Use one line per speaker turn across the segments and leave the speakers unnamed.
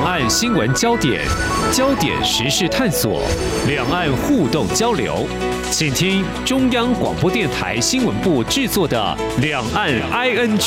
岸新闻焦点，焦点时事探索，两岸互动交流，请听中央广播电台新闻部制作的《两岸 ING》。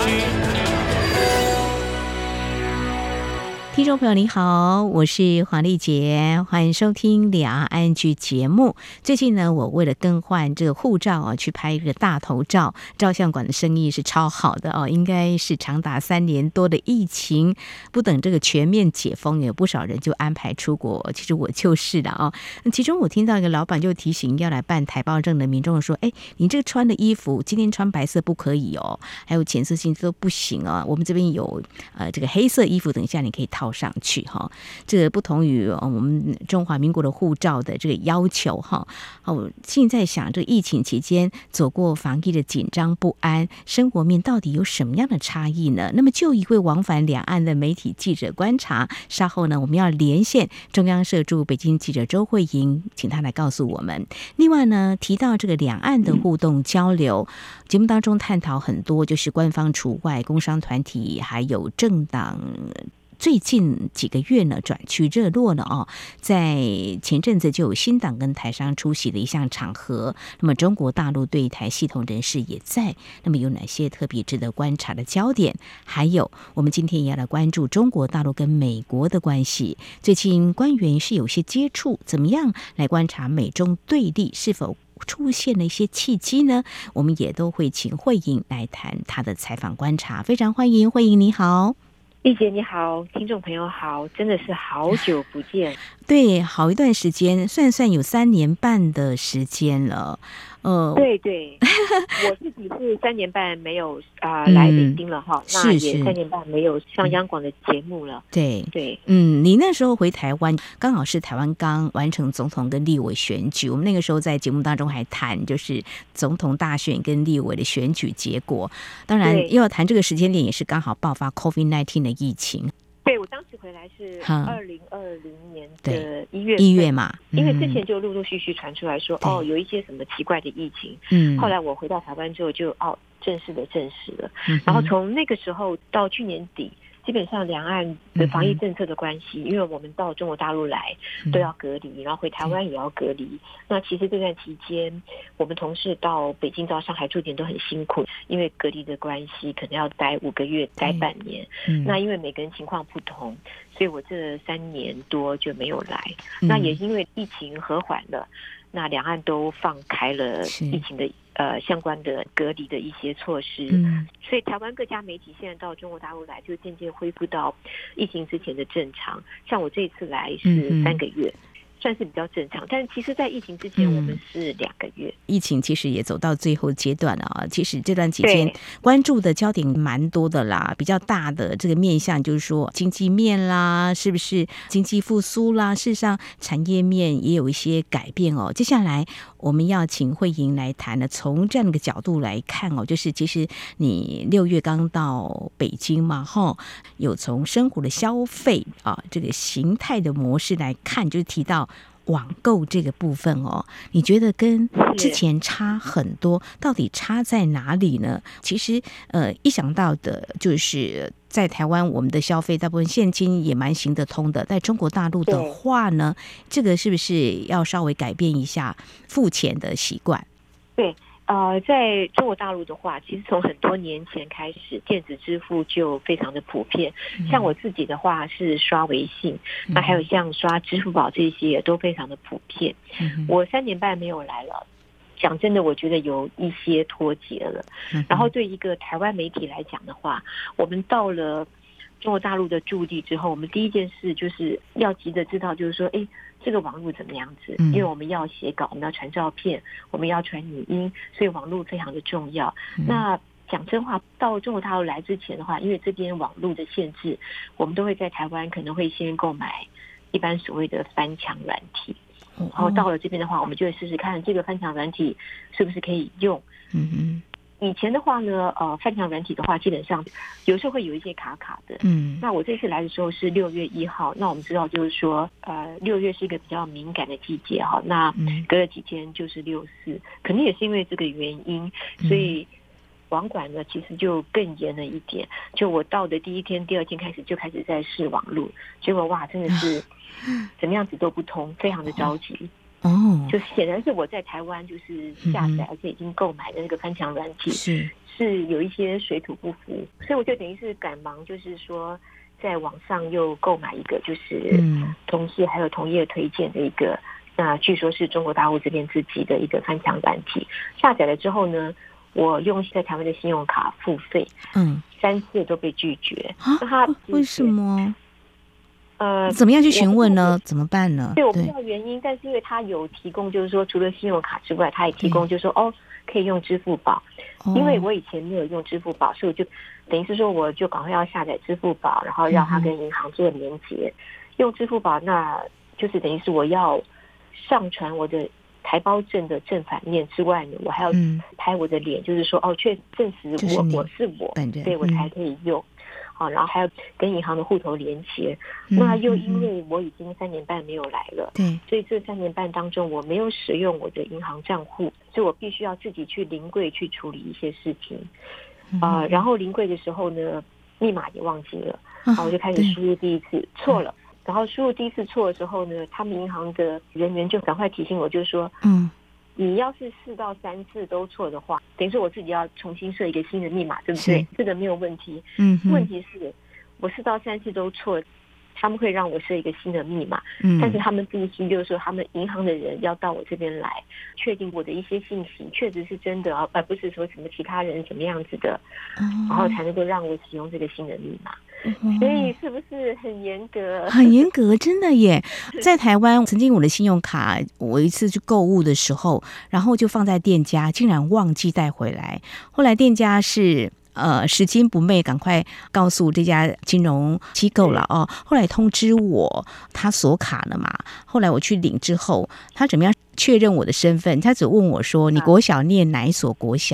听众朋友你好，我是黄丽杰，欢迎收听两岸 ING 节目。最近呢，我为了更换这个护照去拍一个大头照，照相馆的生意是超好的应该是长达3年多的疫情，不等这个全面解封，有不少人就安排出国。其实我就是了其中我听到一个老板就提醒要来办台胞证的民众说，你这个穿的衣服今天穿白色不可以还有浅色系都不行我们这边有这个黑色衣服，等一下你可以套上去这个不同于我们中华民国的护照的这个要求现在想这个疫情期间走过防疫的紧张不安，生活面到底有什么样的差异呢？那么就一位往返两岸的媒体记者观察，稍后呢我们要连线中央社驻北京记者周慧莹，请他来告诉我们。另外呢，提到这个两岸的互动交流，节目当中探讨很多，就是官方除外，工商团体还有政党最近几个月呢转趋热络了在前阵子就有新党跟台商出席的一项场合，那么中国大陆对台系统人士也在，那么有哪些特别值得观察的焦点？还有我们今天也要来关注中国大陆跟美国的关系，最近官员是有些接触，怎么样来观察美中对立是否出现了一些契机呢？我们也都会请慧莹来谈她的采访观察，非常欢迎慧莹，你好。
丽姐你好，听众朋友好，真的是好久不见。
对，好一段时间，算有3年半的时间了。
对，我自己是3年半没有来北京了那也3年半没有上央广的节目了。对，
你那时候回台湾，刚好是台湾刚完成总统跟立委选举，我们那个时候在节目当中还谈就是总统大选跟立委的选举结果，当然又要谈这个时间点，也是刚好爆发 COVID-19 的疫情。
对，我当时回来是2020年的1月嘛，因为之前就陆陆续续传出来说有一些什么奇怪的疫情，后来我回到台湾之后就正式了，然后从那个时候到去年底，基本上两岸的防疫政策的关系，因为我们到中国大陆来都要隔离，然后回台湾也要隔离。那其实这段期间，我们同事到北京到上海驻点都很辛苦，因为隔离的关系，可能要待5个月，待半年。那因为每个人情况不同，所以我这3年多就没有来。那也因为疫情和缓了，那两岸都放开了疫情的相关的隔离的一些措施，所以台湾各家媒体现在到中国大陆来，就渐渐恢复到疫情之前的正常。像我这一次来是3个月，算是比较正常，但其实在疫情之前我们是2个月。
疫情其实也走到最后阶段了其实这段期间关注的焦点蛮多的啦，比较大的这个面向就是说经济面啦，是不是经济复苏啦，事实上产业面也有一些改变接下来我们要请慧莹来谈的，从这样的一个角度来看就是其实你6月刚到北京嘛有从生活的消费这个形态的模式来看，就是提到网购这个部分你觉得跟之前差很多，到底差在哪里呢？其实一想到的就是在台湾我们的消费大部分现金也蛮行得通的，在中国大陆的话呢，这个是不是要稍微改变一下付钱的习惯？
对，在中国大陆的话，其实从很多年前开始，电子支付就非常的普遍。像我自己的话是刷微信，那还有像刷支付宝这些也都非常的普遍。我3年半没有来了，讲真的，我觉得有一些脱节了。然后对一个台湾媒体来讲的话，我们到了中国大陆的驻地之后，我们第一件事就是要急着知道，就是说，这个网络怎么样子？因为我们要写稿，我们要传照片，我们要传语音，所以网络非常的重要。那讲真话，到中国大陆来之前的话，因为这边网络的限制，我们都会在台湾可能会先购买一般所谓的翻墙软体，然后到了这边的话，我们就会试试看这个翻墙软体是不是可以用。以前的话呢，翻墙软体的话，基本上有时候会有一些卡卡的。那我这次来的时候是6月1号，那我们知道就是说，6月是一个比较敏感的季节那隔了几天就是6/4，可能也是因为这个原因，所以网管呢其实就更严了一点，就我到的第一天、第二天开始在试网路，结果哇，真的是怎么样子都不通，非常的着急。就显然是我在台湾就是下载而且已经购买的那个翻墙软体是有一些水土不服，所以我就等于是赶忙就是说在网上又购买一个就是同事还有同业推荐的一个，那据说是中国大陆这边自己的一个翻墙软体，下载了之后呢，我用在台湾的信用卡付费，3次都被拒绝。
为什么？怎么样去询问呢？怎么办呢？
对，我不知道原因，但是因为他有提供，就是说除了信用卡之外，他也提供，就是说可以用支付宝。因为我以前没有用支付宝，所以我就等于是说，我就赶快要下载支付宝，然后让他跟银行做连结。用支付宝，那就是等于是我要上传我的台胞证的正反面之外呢，我还要拍我的脸，就是说确证实我是我，对我才可以用。然后还要跟银行的户头连接，那又因为我已经3年半没有来了，所以这3年半当中我没有使用我的银行账户，所以我必须要自己去临柜去处理一些事情，然后临柜的时候呢，密码也忘记了，然后我就开始输入第一次错了，然后输入第一次错的时候呢，他们银行的人员就赶快提醒我，就说你要是4到3次都错的话，等于说我自己要重新设一个新的密码，对不对？这个没有问题。问题是我4到3次都错，他们会让我设一个新的密码，但是他们必须就是说，他们银行的人要到我这边来，确定我的一些信息确实是真的，而不是说什么其他人怎么样子的，然后才能够让我使用这个新的密码。所以是不是很严格？
很严格，真的耶！在台湾，曾经我的信用卡，我一次去购物的时候，然后就放在店家，竟然忘记带回来。后来店家是拾金不昧，赶快告诉这家金融机构了后来通知我他锁卡了嘛。后来我去领之后，他怎么样确认我的身份？他只问我说：“你国小念哪一所国小？”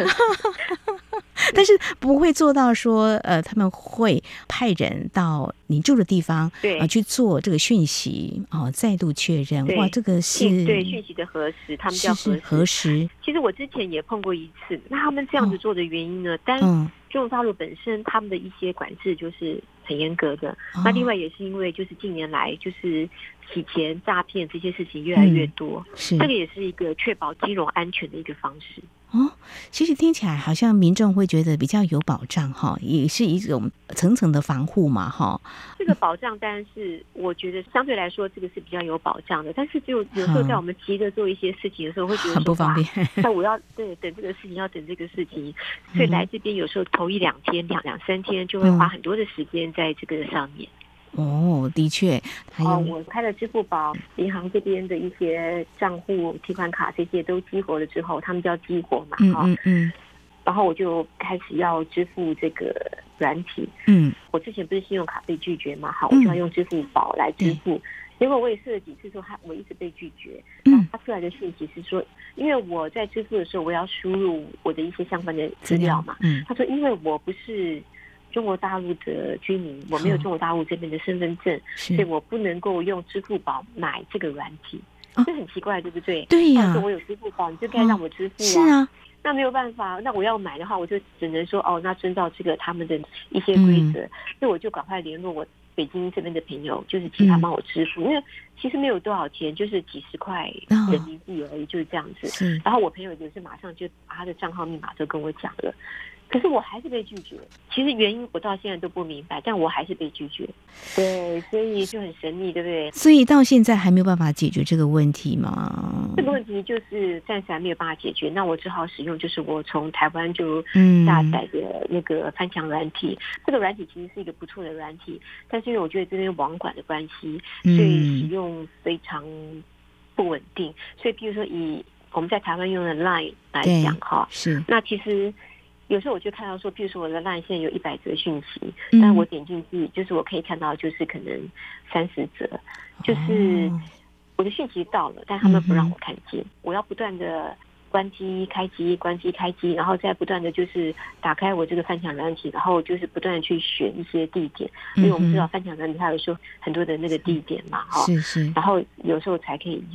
但是不会做到说他们会派人到你住的地方去做这个讯息再度确认。哇，这个是
对讯息的核实，他们叫
核实。
其实我之前也碰过一次，那他们这样子做的原因呢，但中国大陆本身他们的一些管制就是很严格的，那另外也是因为就是近年来就是洗钱诈骗这些事情越来越多，这个也是一个确保金融安全的一个方式。
其实听起来好像民众会觉得比较有保障也是一种层层的防护嘛
这个保障当然是我觉得相对来说这个是比较有保障的，但是就有时候在我们急着做一些事情的时候会觉得说
很不方便，
那我要等这个事情要等这个事情，所以来这边有时候头1-2天2-3天就会花很多的时间在这个上面。
的确，还有
我开了支付宝，银行这边的一些账户、提款卡这些都激活了之后，他们叫激活嘛，然后我就开始要支付这个软体，我之前不是信用卡被拒绝嘛，我就要用支付宝来支付，结果我也试了几次之后，我一直被拒绝，他出来的讯息是说，因为我在支付的时候我要输入我的一些相关的资料嘛，他说因为我不是中国大陆的居民，我没有中国大陆这边的身份证，所以我不能够用支付宝买这个软体，这很奇怪，对不对？
对呀，
说我有支付宝，你就该让我支付
是啊，
那没有办法，那我要买的话，我就只能说那遵照这个他们的一些规则，所以我就赶快联络我北京这边的朋友，就是请他帮我支付，因为其实没有多少钱，就是几十块人民币而已，就是这样子。然后我朋友也是马上就把他的账号密码都跟我讲了。可是我还是被拒绝，其实原因我到现在都不明白，但我还是被拒绝。对，所以就很神秘，对不对？
所以到现在还没有办法解决这个问题吗？
这个问题就是暂时还没有办法解决，那我只好使用就是我从台湾就下载的那个翻墙软体。这个软体其实是一个不错的软体，但是因为我觉得这边网管的关系，所以使用非常不稳定。所以比如说以我们在台湾用的 LINE 来讲
是那
其实有时候我就看到说，譬如说我的 LINE 现在有100则讯息，但我点进去，就是我可以看到就是可能30则，就是我的讯息到了，但他们不让我看见，我要不断的关机开机关机开机，然后再不断的就是打开我这个翻墙软体，然后就是不断的去选一些地点，因为我们知道翻墙软体它有时候很多的那个地点嘛，
是，
然后有时候才可以用。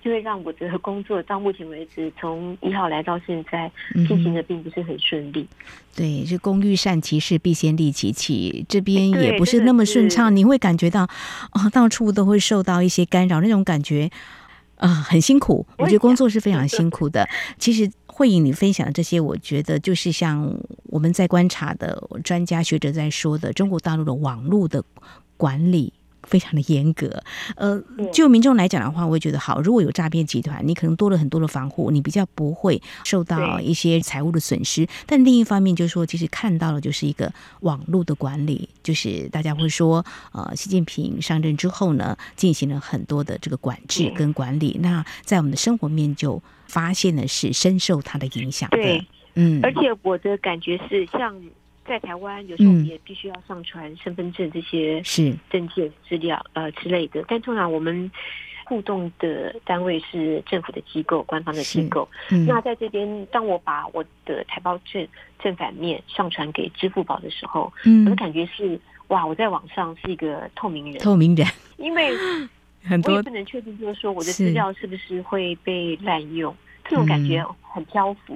就会让我的工作到目前为止从1号来到现在进行的并不是很顺利。
对，是工欲善其事必先利其器，这边也不是那么顺畅，你会感觉到到处都会受到一些干扰，那种感觉很辛苦。我觉得工作是非常辛苦的。其实慧颖你分享的这些，我觉得就是像我们在观察的专家学者在说的，中国大陆的网络的管理非常的严格。就民众来讲的话，我会觉得好，如果有诈骗集团，你可能多了很多的防护，你比较不会受到一些财务的损失。但另一方面就是说，其实看到的就是一个网络的管理，就是大家会说习近平上任之后呢，进行了很多的这个管制跟管理，那在我们的生活面就发现的是深受它的影响的。
对，而且我的感觉是像在台湾有时候也必须要上传身份证这些证件资料之类的，但通常我们互动的单位是政府的机构、官方的机构。那在这边，当我把我的台胞证正反面上传给支付宝的时候，我的感觉是哇，我在网上是一个透明人，因为我也不能确定，就是说我的资料是不是会被滥用，这种感觉很漂浮。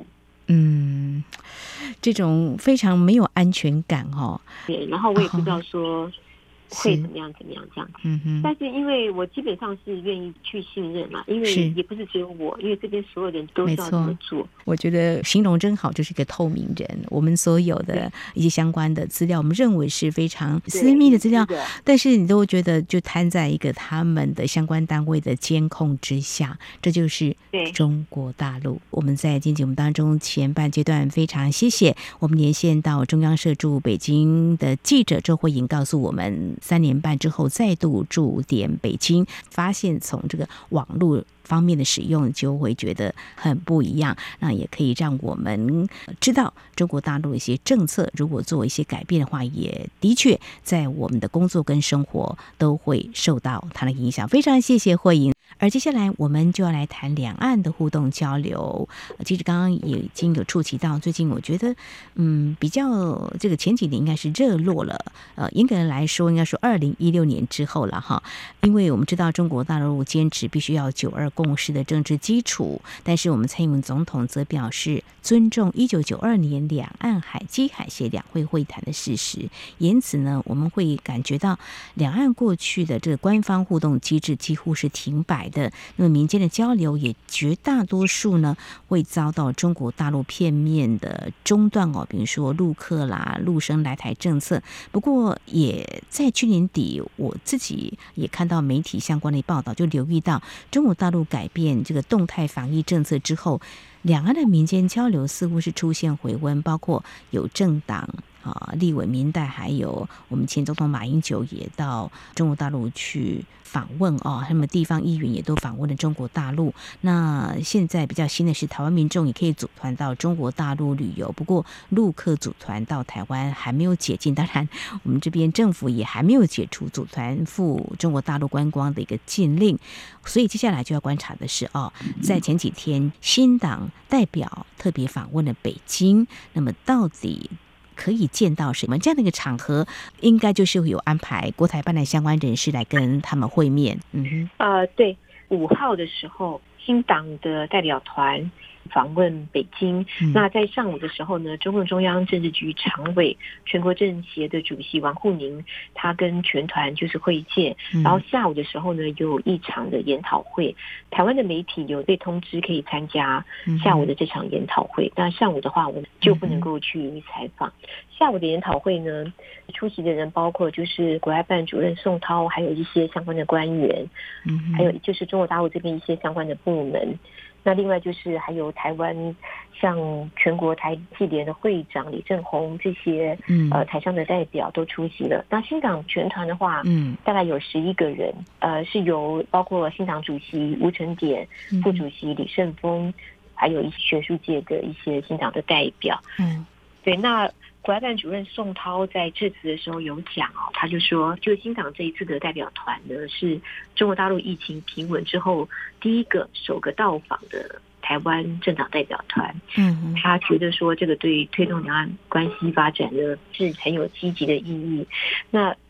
这种非常没有安全感
对，然后我也不知道说会怎么样这样子。但是因为我基本上是愿意去信任嘛，因为也不是只有我，因为这边所有人都是要这么做。
我觉得形容真好，就是一个透明人。我们所有的一些相关的资料，我们认为是非常私密的资料，但是你都觉得就摊在一个他们的相关单位的监控之下，这就是中国大陆。我们在今天节目当中前半阶段非常谢谢我们连线到中央社驻北京的记者周慧颖，告诉我们3年半之后再度驻点北京，发现从这个网络方面的使用就会觉得很不一样，那也可以让我们知道中国大陆的一些政策如果做一些改变的话，也的确在我们的工作跟生活都会受到它的影响。非常谢谢慧颖。而接下来我们就要来谈两岸的互动交流。其实刚刚也已经有触及到，最近我觉得比较这个前几年应该是热络了，严格来说应该说2016年之后了哈，因为我们知道中国大陆坚持必须要9·2共识的政治基础，但是我们蔡英文总统则表示尊重1992年两岸海基海协两会会谈的事实，因此呢，我们会感觉到两岸过去的这个官方互动机制几乎是停摆的，那么民间的交流也绝大多数呢会遭到中国大陆片面的中断比如说陆客啦、陆生来台政策。不过也在去年底，我自己也看到媒体相关的报道，就留意到中国大陆改变这个动态防疫政策之后，两岸的民间交流似乎是出现回温，包括有政党立委民代，还有我们前总统马英九也到中国大陆去访问他们地方议员也都访问了中国大陆。那现在比较新的是，台湾民众也可以组团到中国大陆旅游，不过陆客组团到台湾还没有解禁，当然我们这边政府也还没有解除组团赴中国大陆观光的一个禁令。所以接下来就要观察的是在前几天新党代表特别访问了北京，那么到底可以见到什么这样的一个场合，应该就是会有安排国台办的相关人士来跟他们会面。
对，5号的时候新党的代表团访问北京，那在上午的时候呢，中共中央政治局常委、全国政协的主席王沪宁，他跟全团就是会见，然后下午的时候呢，有一场的研讨会，台湾的媒体有被通知可以参加下午的这场研讨会，那上午的话我们就不能够去采访。下午的研讨会呢，出席的人包括就是国台办主任宋涛，还有一些相关的官员，还有就是中国大陆这边一些相关的部门。那另外就是还有台湾像全国台企联的会长李正宏这些台上的代表都出席了。那新党全团的话大概有11个人，是由包括新党主席吴成典、副主席李胜峰，还有一些学术界的一些新党的代表。对，那国台办主任宋涛在致辞的时候有讲他就说，就新党这一次的代表团呢，是中国大陆疫情平稳之后首个到访的台湾政党代表团。他觉得说这个对推动两岸关系发展呢是很有积极的意义。那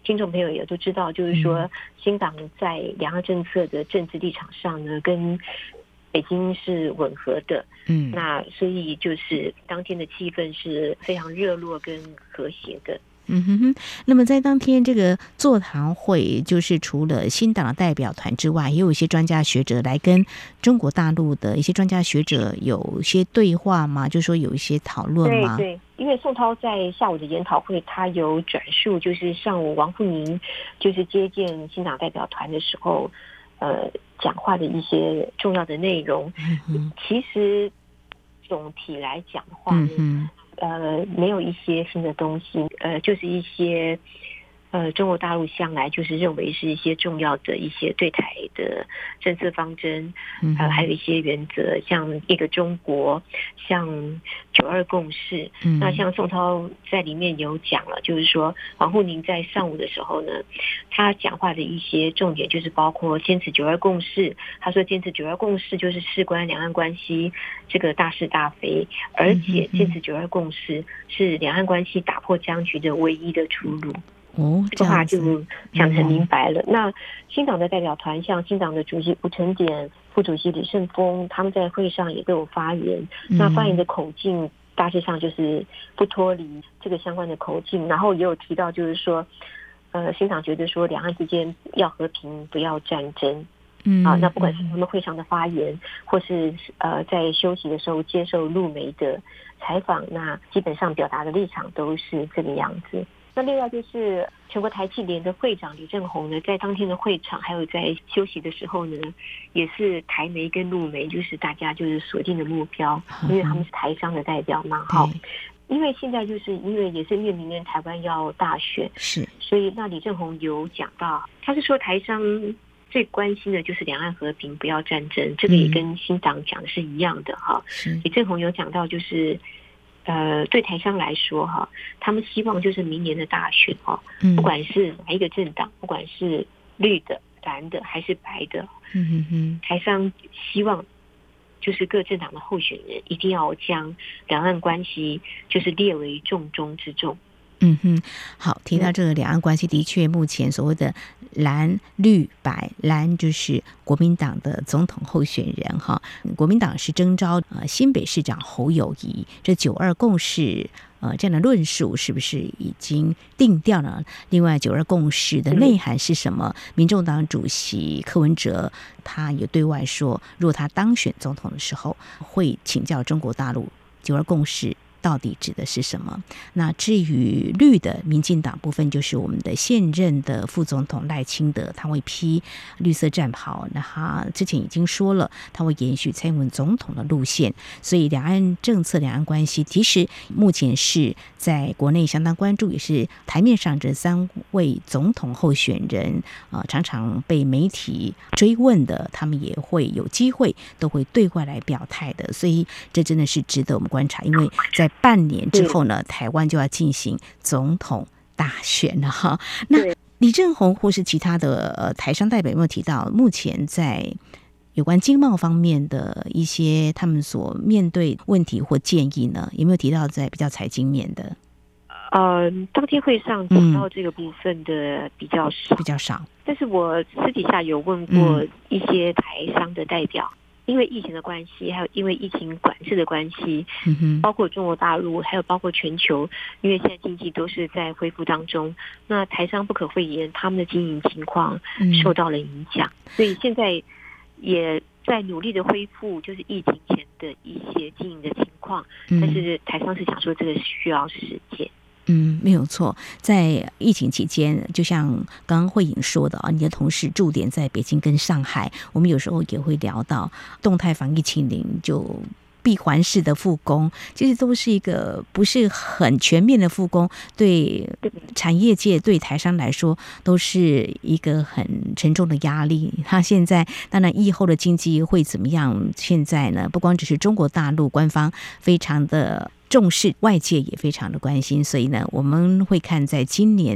听众朋友也都知道，就是说新党在两岸政策的政治立场上呢，跟北京是吻合的。那所以就是当天的气氛是非常热络跟和谐的。
那么在当天这个座谈会，就是除了新党的代表团之外，也有一些专家学者来跟中国大陆的一些专家学者有些对话吗？就是说有一些讨论吗？
对，因为宋涛在下午的研讨会，他有转述，就是上午王沪宁就是接见新党代表团的时候，讲话的一些重要的内容。其实总体来讲的话呢，没有一些新的东西，就是一些中国大陆向来就是认为是一些重要的一些对台的政策方针，还有一些原则，像一个中国，像9·2共识。那像宋涛在里面有讲了，就是说王沪宁在上午的时候呢，他讲话的一些重点就是包括坚持9·2共识。他说坚持9·2共识就是事关两岸关系这个大是大非，而且坚持9·2共识是两岸关系打破僵局的唯一的出路。这话就讲得很明白了。那新党的代表团，像新党的主席吴承典、副主席李胜峰，他们在会上也都有发言。那发言的口径大致上就是不脱离这个相关的口径，然后也有提到就是说，新党觉得说两岸之间要和平，不要战争。那不管是他们会上的发言，或是在休息的时候接受陆媒的采访，那基本上表达的立场都是这个样子。那另外就是全国台企联的会长李正宏呢，在当天的会场还有在休息的时候呢，也是台媒跟陆媒就是大家就是锁定的目标，因为他们是台商的代表嘛。因为现在就是因为也是因为明年台湾要大选，所以那李正宏有讲到，他是说台商最关心的就是两岸和平，不要战争，这个也跟新党讲的是一样的哈。李正宏有讲到就是对台商来说哈，他们希望就是明年的大选哈，不管是哪一个政党，不管是绿的、蓝的还是白的，台商希望就是各政党的候选人一定要将两岸关系就是列为重中之重。
好，提到这个两岸关系，的确目前所谓的蓝绿白，蓝就是国民党的总统候选人哈，国民党是征召新北市长侯友宜，这9·2共识这样的论述是不是已经定调了？另外9·2共识的内涵是什么？民众党主席柯文哲他也对外说，如果他当选总统的时候，会请教中国大陆9·2共识到底指的是什么？那至于绿的民进党部分，就是我们的现任的副总统赖清德，他会披绿色战袍，那他之前已经说了，他会延续蔡英文总统的路线，所以两岸政策、两岸关系，其实目前是在国内相当关注，也是台面上这3位总统候选人常常被媒体追问的，他们也会有机会都会对外来表态的，所以这真的是值得我们观察，因为在半年之后呢，台湾就要进行总统大选了哈。那李正宏或是其他的台商代表有没有提到，目前在有关经贸方面的一些他们所面对问题或建议呢？有没有提到在比较财经面的？
当天会上讲到这个部分的比较少，但是我私底下有问过一些台商的代表。因为疫情的关系，还有因为疫情管制的关系，包括中国大陆，还有包括全球，因为现在经济都是在恢复当中，那台商不可讳言，他们的经营情况受到了影响，所以现在也在努力的恢复，就是疫情前的一些经营的情况，但是台商是讲说这个需要时间。
没有错，在疫情期间，就像刚刚慧颖说的你的同事驻点在北京跟上海，我们有时候也会聊到动态防疫清零就闭环式的复工，其实都是一个不是很全面的复工，对产业界、对台商来说都是一个很沉重的压力。他现在当然疫后的经济会怎么样？现在呢，不光只是中国大陆官方非常的重视，外界也非常的关心，所以呢，我们会看在今年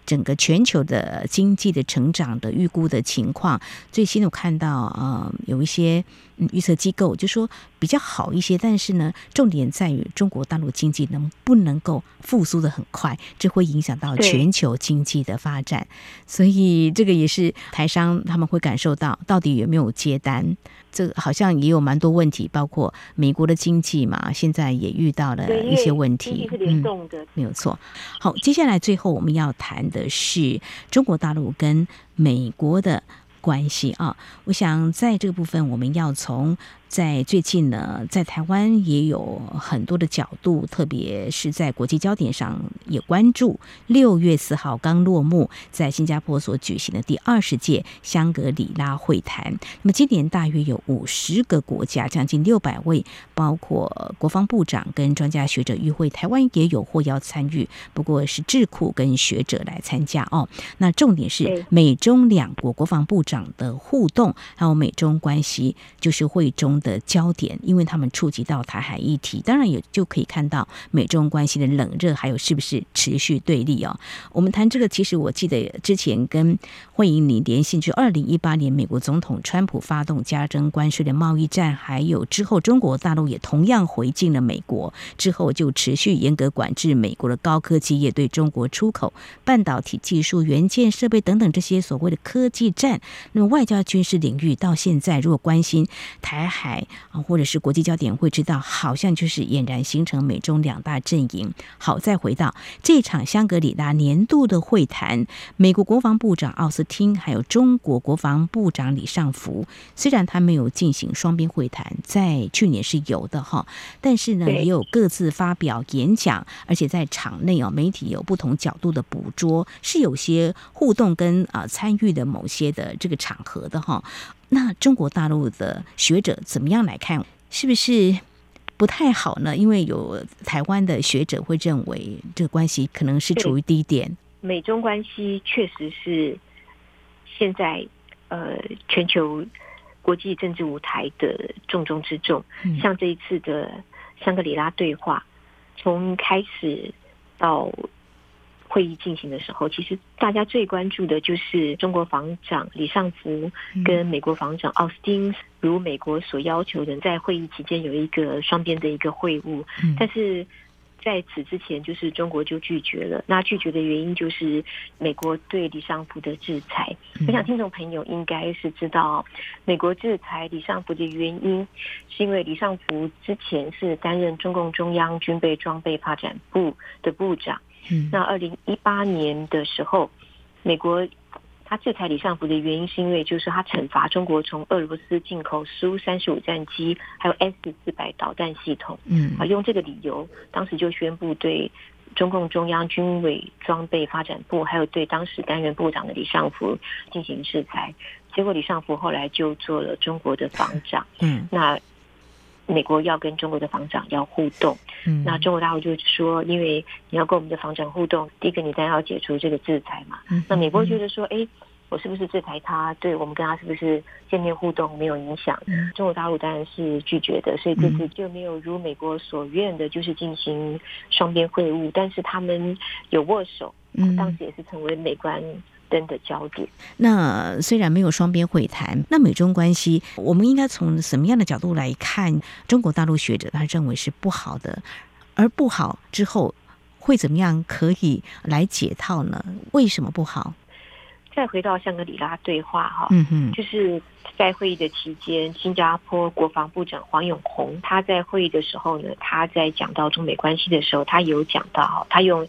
整个全球的经济的成长的预估的情况，最新我看到有一些预测机构就说比较好一些，但是呢，重点在于中国大陆经济不能够复苏的很快，这会影响到全球经济的发展，所以这个也是台商他们会感受到到底有没有接单。这个好像也有蛮多问题，包括美国的经济嘛，现在也遇到了一些问题，
经济是联动的，
没有错。好，接下来最后我们要谈的是中国大陆跟美国的关系啊。我想在这个部分，我们要从在最近呢，在台湾也有很多的角度，特别是在国际焦点上也关注6月4号刚落幕，在新加坡所举行的第20届香格里拉会谈。那么今年大约有50个国家，将近600位，包括国防部长跟专家学者与会，台湾也有获邀参与，不过是智库跟学者来参加哦。那重点是美中两国国防部长的互动，还有美中关系就是会中的焦点，因为他们触及到台海议题，当然也就可以看到美中关系的冷热，还有是不是持续对立哦。我们谈这个，其实我记得之前跟慧颖你连线，就2018年美国总统川普发动加征关税的贸易战，还有之后中国大陆也同样回敬了美国，之后就持续严格管制美国的高科技业对中国出口半导体技术、元件设备等等这些所谓的科技战。那么外交军事领域到现在，如果关心台海或者是国际焦点，会知道好像就是俨然形成美中两大阵营。好，再回到这场香格里拉年度的会谈，美国国防部长奥斯汀还有中国国防部长李尚福，虽然他没有进行双边会谈，在去年是有的哈，但是呢也有各自发表演讲，而且在场内媒体有不同角度的捕捉，是有些互动跟参与的某些的这个场合的哈。那中国大陆的学者怎么样来看？是不是不太好呢？因为有台湾的学者会认为这个关系可能是处于低点。
美中关系确实是现在全球国际政治舞台的重中之重。像这一次的香格里拉对话，从开始到会议进行的时候，其实大家最关注的就是中国防长李尚福跟美国防长奥斯汀，如美国所要求的，在会议期间有一个双边的一个会晤，但是在此之前，就是中国就拒绝了。那拒绝的原因就是美国对李尚福的制裁。我想听众朋友应该是知道，美国制裁李尚福的原因，是因为李尚福之前是担任中共中央军备装备发展部的部长。那2018年的时候，美国他制裁李尚福的原因是因为就是他惩罚中国从俄罗斯进口苏-35战机还有 S-400 导弹系统，用这个理由当时就宣布对中共中央军委装备发展部还有对当时担任部长的李尚福进行制裁。结果李尚福后来就做了中国的防长，那美国要跟中国的防长要互动，那中国大陆就说，因为你要跟我们的防长互动，第一个你当然要解除这个制裁嘛。那美国觉得说，我是不是制裁他，对我们跟他是不是见面互动没有影响？中国大陆当然是拒绝的，所以这次就没有如美国所愿的，就是进行双边会晤，但是他们有握手，当时也是成为美观灯的焦点。
那虽然没有双边会谈，那美中关系我们应该从什么样的角度来看？中国大陆学者他认为是不好的，而不好之后会怎么样可以来解套呢？为什么不好？
再回到香格里拉对话就是在会议的期间，新加坡国防部长黄永红他在会议的时候呢，他在讲到中美关系的时候，他有讲到他用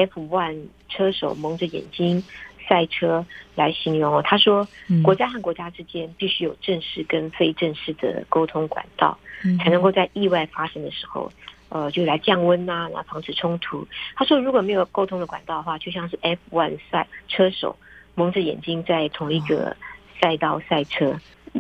F1 车手蒙着眼睛赛车来形容他说国家和国家之间必须有正式跟非正式的沟通管道，才能够在意外发生的时候就来降温来防止冲突。他说如果没有沟通的管道的话，就像是 F1 车手蒙着眼睛在同一个赛道赛车。我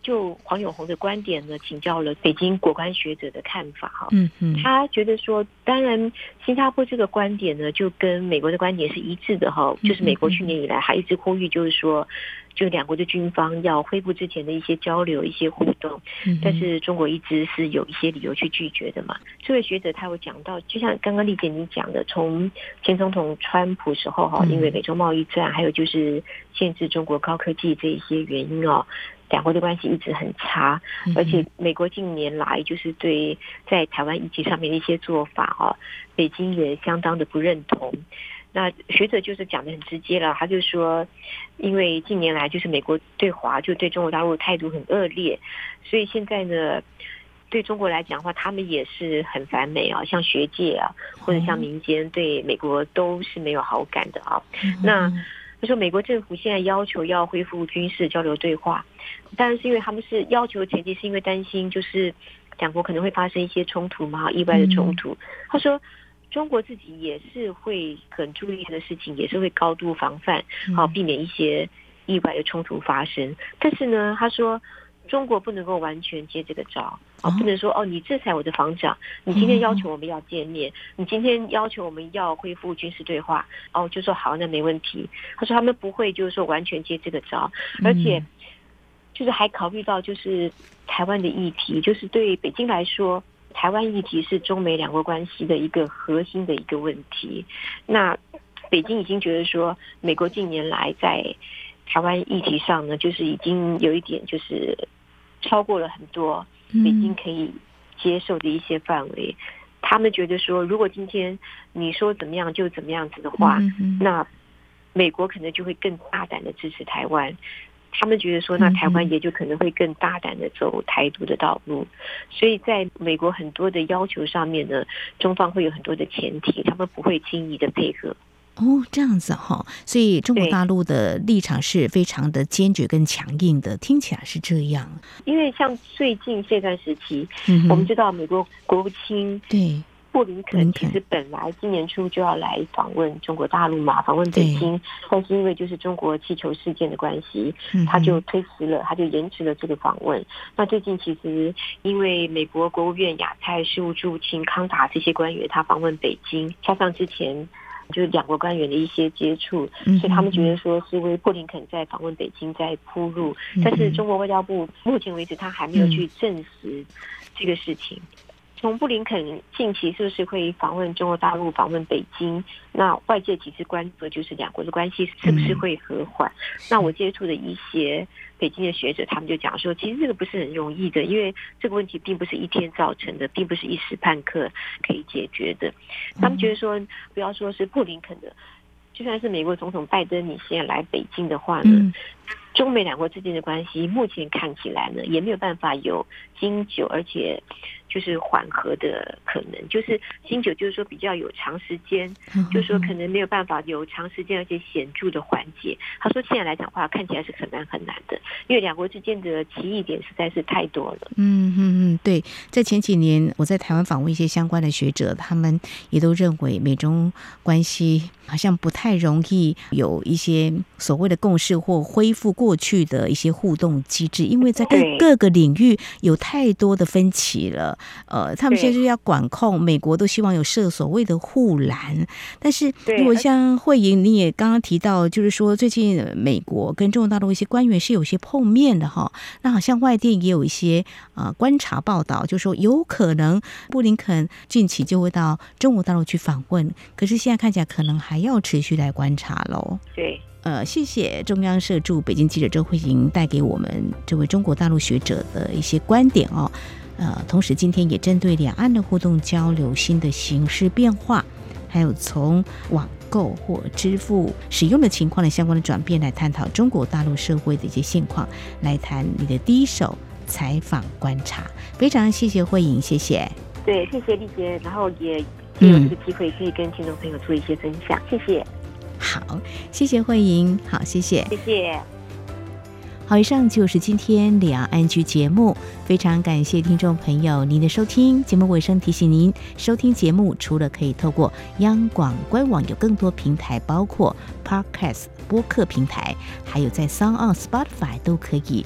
就黄永宏的观点呢，请教了北京国关学者的看法哈。他觉得说，当然新加坡这个观点呢，就跟美国的观点是一致的哈。就是美国去年以来还一直呼吁，就是说，就两国的军方要恢复之前的一些交流、一些互动，但是中国一直是有一些理由去拒绝的嘛。这位学者他有讲到，就像刚刚丽姐你讲的，从前总统川普时候哈，因为美中贸易战，还有就是限制中国高科技这一些原因哦，两国的关系一直很差，而且美国近年来就是对在台湾议题上面的一些做法哦，北京也相当的不认同。那学者就是讲得很直接了，他就说，因为近年来就是美国对中国大陆态度很恶劣，所以现在呢，对中国来讲的话，他们也是很反美啊，像学界啊，或者像民间对美国都是没有好感的啊。那他说，美国政府现在要求要恢复军事交流对话，当然是因为他们是要求的前提是因为担心就是两国可能会发生一些冲突嘛，意外的冲突。他说，中国自己也是会很注意的事情，也是会高度防范，避免一些意外的冲突发生。但是呢，他说中国不能够完全接这个招，不能说你制裁我的防长，你今天要求我们要见面，你今天要求我们要恢复军事对话，就说好，那没问题。他说他们不会就是说完全接这个招，而且就是还考虑到就是台湾的议题，就是对北京来说，台湾议题是中美两国关系的一个核心的一个问题。那北京已经觉得说，美国近年来在台湾议题上呢，就是已经有一点就是超过了很多北京可以接受的一些范围。他们觉得说，如果今天你说怎么样就怎么样子的话，那美国可能就会更大胆的支持台湾。他们觉得说，那台湾也就可能会更大胆的走台独的道路。所以在美国很多的要求上面呢，中方会有很多的前提，他们不会轻易的配合。
这样子哈，所以中国大陆的立场是非常的坚决跟强硬的，听起来是这样。
因为像最近这段时期，我们知道美国国务卿布林肯其实本来今年初就要来访问中国大陆嘛，访问北京，但是因为就是中国气球事件的关系，他就推迟了，他就延迟了这个访问。那最近其实因为美国国务院亚太事务驻卿康达这些官员他访问北京，加上之前就是两国官员的一些接触，所以他们觉得说是为布林肯在访问北京在铺路，但是中国外交部目前为止他还没有去证实这个事情。从布林肯近期是不是会访问中国大陆、访问北京？那外界其实关注的就是两国的关系是不是会和缓。那我接触的一些北京的学者，他们就讲说，其实这个不是很容易的，因为这个问题并不是一天造成的，并不是一时半刻可以解决的。他们觉得说，不要说是布林肯的，就算是美国总统拜登你现在来北京的话呢，中美两国之间的关系目前看起来呢，也没有办法有经久而且就是缓和的可能。就是经久就是说比较有长时间，就是说可能没有办法有长时间而且显著的缓解。他说现在来讲的话，看起来是很难的，因为两国之间的歧义点实在是太多了。
对，在前几年我在台湾访问一些相关的学者，他们也都认为美中关系好像不太容易有一些所谓的共识或恢复过去的一些互动机制，因为在各个领域有太多的分歧了。他们现在就是要管控，美国都希望有设所谓的护栏，但是如果像慧莹你也刚刚提到，就是说最近美国跟中国大陆一些官员是有些碰面的哈，那好像外电也有一些观察报道，就说有可能布林肯近期就会到中国大陆去访问，可是现在看起来可能还要持续来观察咯。
对。
谢谢中央社驻北京记者周慧莹带给我们这位中国大陆学者的一些观点哦。同时今天也针对两岸的互动交流新的形势变化，还有从网购或支付使用的情况的相关的转变来探讨中国大陆社会的一些现况，来谈你的第一手采访观察。非常谢谢慧莹，谢谢。
对，谢谢丽姐，然后也有这个机会可以跟听众朋友做一些分享，谢谢。
好，谢谢慧莹，好，谢谢，
谢谢。
好，以上就是今天两岸居节目，非常感谢听众朋友您的收听。节目尾声提醒您，收听节目除了可以透过央广官网，有更多平台，包括 Podcast 播客平台，还有在 SoundOn、Spotify 都可以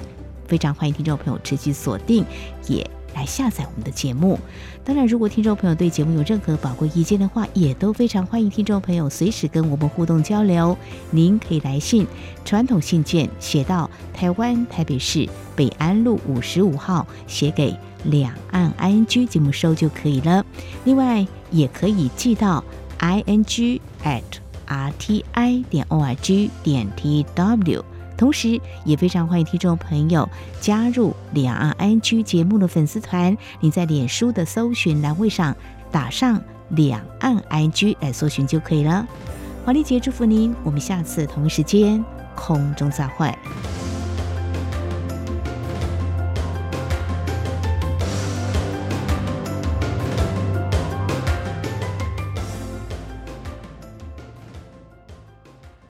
非常欢迎听众朋友持续锁定，也来下载我们的节目。当然，如果听众朋友对节目有任何宝贵意见的话，也都非常欢迎听众朋友随时跟我们互动交流。您可以来信，传统信件写到台湾台北市北安路55号，写给两岸 ING 节目收就可以了。另外，也可以寄到 ing@rti.org.tw。同时也非常欢迎听众朋友加入两岸 ING 节目的粉丝团，你在脸书的搜寻栏位上打上两岸 ING 来搜寻就可以了。华丽姐祝福您，我们下次同一时间空中再会。